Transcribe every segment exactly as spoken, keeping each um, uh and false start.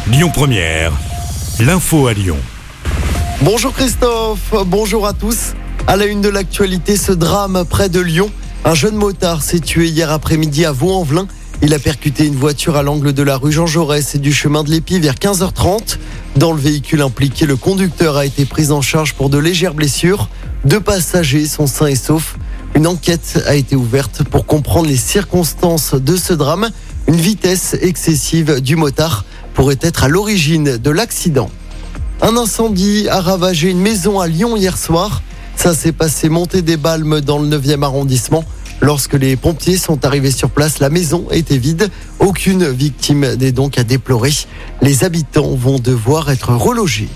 Lyon Première, l'info à Lyon. Bonjour Christophe, bonjour à tous. À la une de l'actualité, ce drame près de Lyon. Un jeune motard s'est tué hier après-midi à Vaux-en-Velin. Il a percuté une voiture à l'angle de la rue Jean Jaurès et du chemin de l'Épi vers quinze heures trente. Dans le véhicule impliqué, le conducteur a été pris en charge pour de légères blessures. Deux passagers sont sains et saufs. Une enquête a été ouverte pour comprendre les circonstances de ce drame. Une vitesse excessive du motard pourrait être à l'origine de l'accident. Un incendie a ravagé une maison à Lyon hier soir. Ça s'est passé montée des Balmes dans le neuvième arrondissement. Lorsque les pompiers sont arrivés sur place, la maison était vide. Aucune victime n'est donc à déplorer. Les habitants vont devoir être relogés.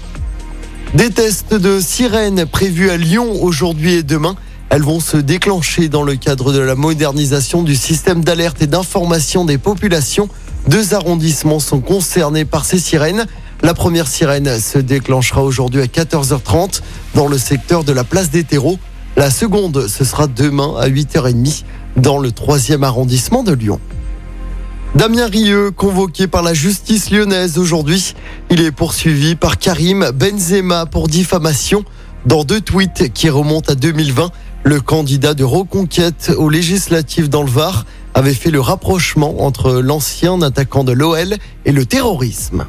Des tests de sirènes prévus à Lyon aujourd'hui et demain. Elles vont se déclencher dans le cadre de la modernisation du système d'alerte et d'information des populations. Deux arrondissements sont concernés par ces sirènes. La première sirène se déclenchera aujourd'hui à quatorze heures trente dans le secteur de la place des Terreaux. La seconde, ce sera demain à huit heures trente dans le troisième arrondissement de Lyon. Damien Rieu, convoqué par la justice lyonnaise aujourd'hui. Il est poursuivi par Karim Benzema pour diffamation. Dans deux tweets qui remontent à deux mille vingt, le candidat de Reconquête aux législatives dans le Var avait fait le rapprochement entre l'ancien attaquant de l'O L et le terrorisme.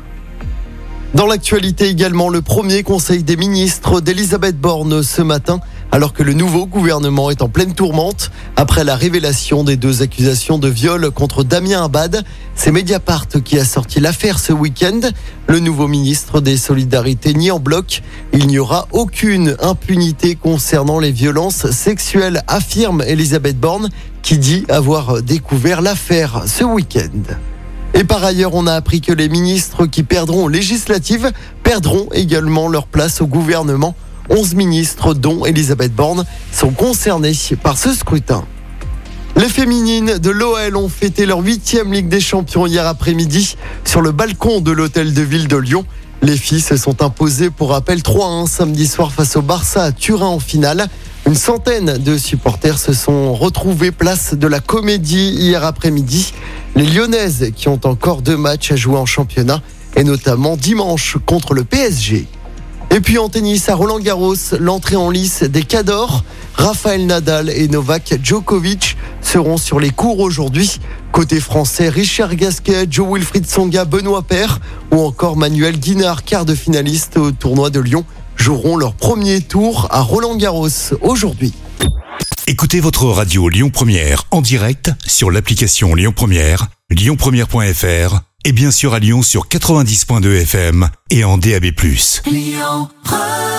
Dans l'actualité également, le premier conseil des ministres d'Elisabeth Borne ce matin, alors que le nouveau gouvernement est en pleine tourmente. Après la révélation des deux accusations de viol contre Damien Abad, c'est Mediapart qui a sorti l'affaire ce week-end. Le nouveau ministre des Solidarités nie en bloc. Il n'y aura aucune impunité concernant les violences sexuelles, affirme Elisabeth Borne, qui dit avoir découvert l'affaire ce week-end. Et par ailleurs, on a appris que les ministres qui perdront aux législatives perdront également leur place au gouvernement. onze ministres, dont Elisabeth Borne, sont concernés par ce scrutin. Les féminines de l'O L ont fêté leur huitième Ligue des Champions hier après-midi sur le balcon de l'hôtel de ville de Lyon. Les filles se sont imposées pour rappel trois à un samedi soir face au Barça à Turin en finale. Une centaine de supporters se sont retrouvés place de la Comédie hier après-midi. Les Lyonnaises qui ont encore deux matchs à jouer en championnat et notamment dimanche contre le P S G. Et puis en tennis à Roland-Garros, l'entrée en lice des cadors. Rafael Nadal et Novak Djokovic seront sur les cours aujourd'hui. Côté français, Richard Gasquet, Jo-Wilfried Tsonga, Benoît Paire ou encore Manuel Guinard, quart de finaliste au tournoi de Lyon, joueront leur premier tour à Roland-Garros aujourd'hui. Écoutez votre radio Lyon Première en direct sur l'application Lyon Première, lyon première point f r et bien sûr à Lyon sur quatre-vingt-dix point deux F M et en D A B plus. Lyon Première.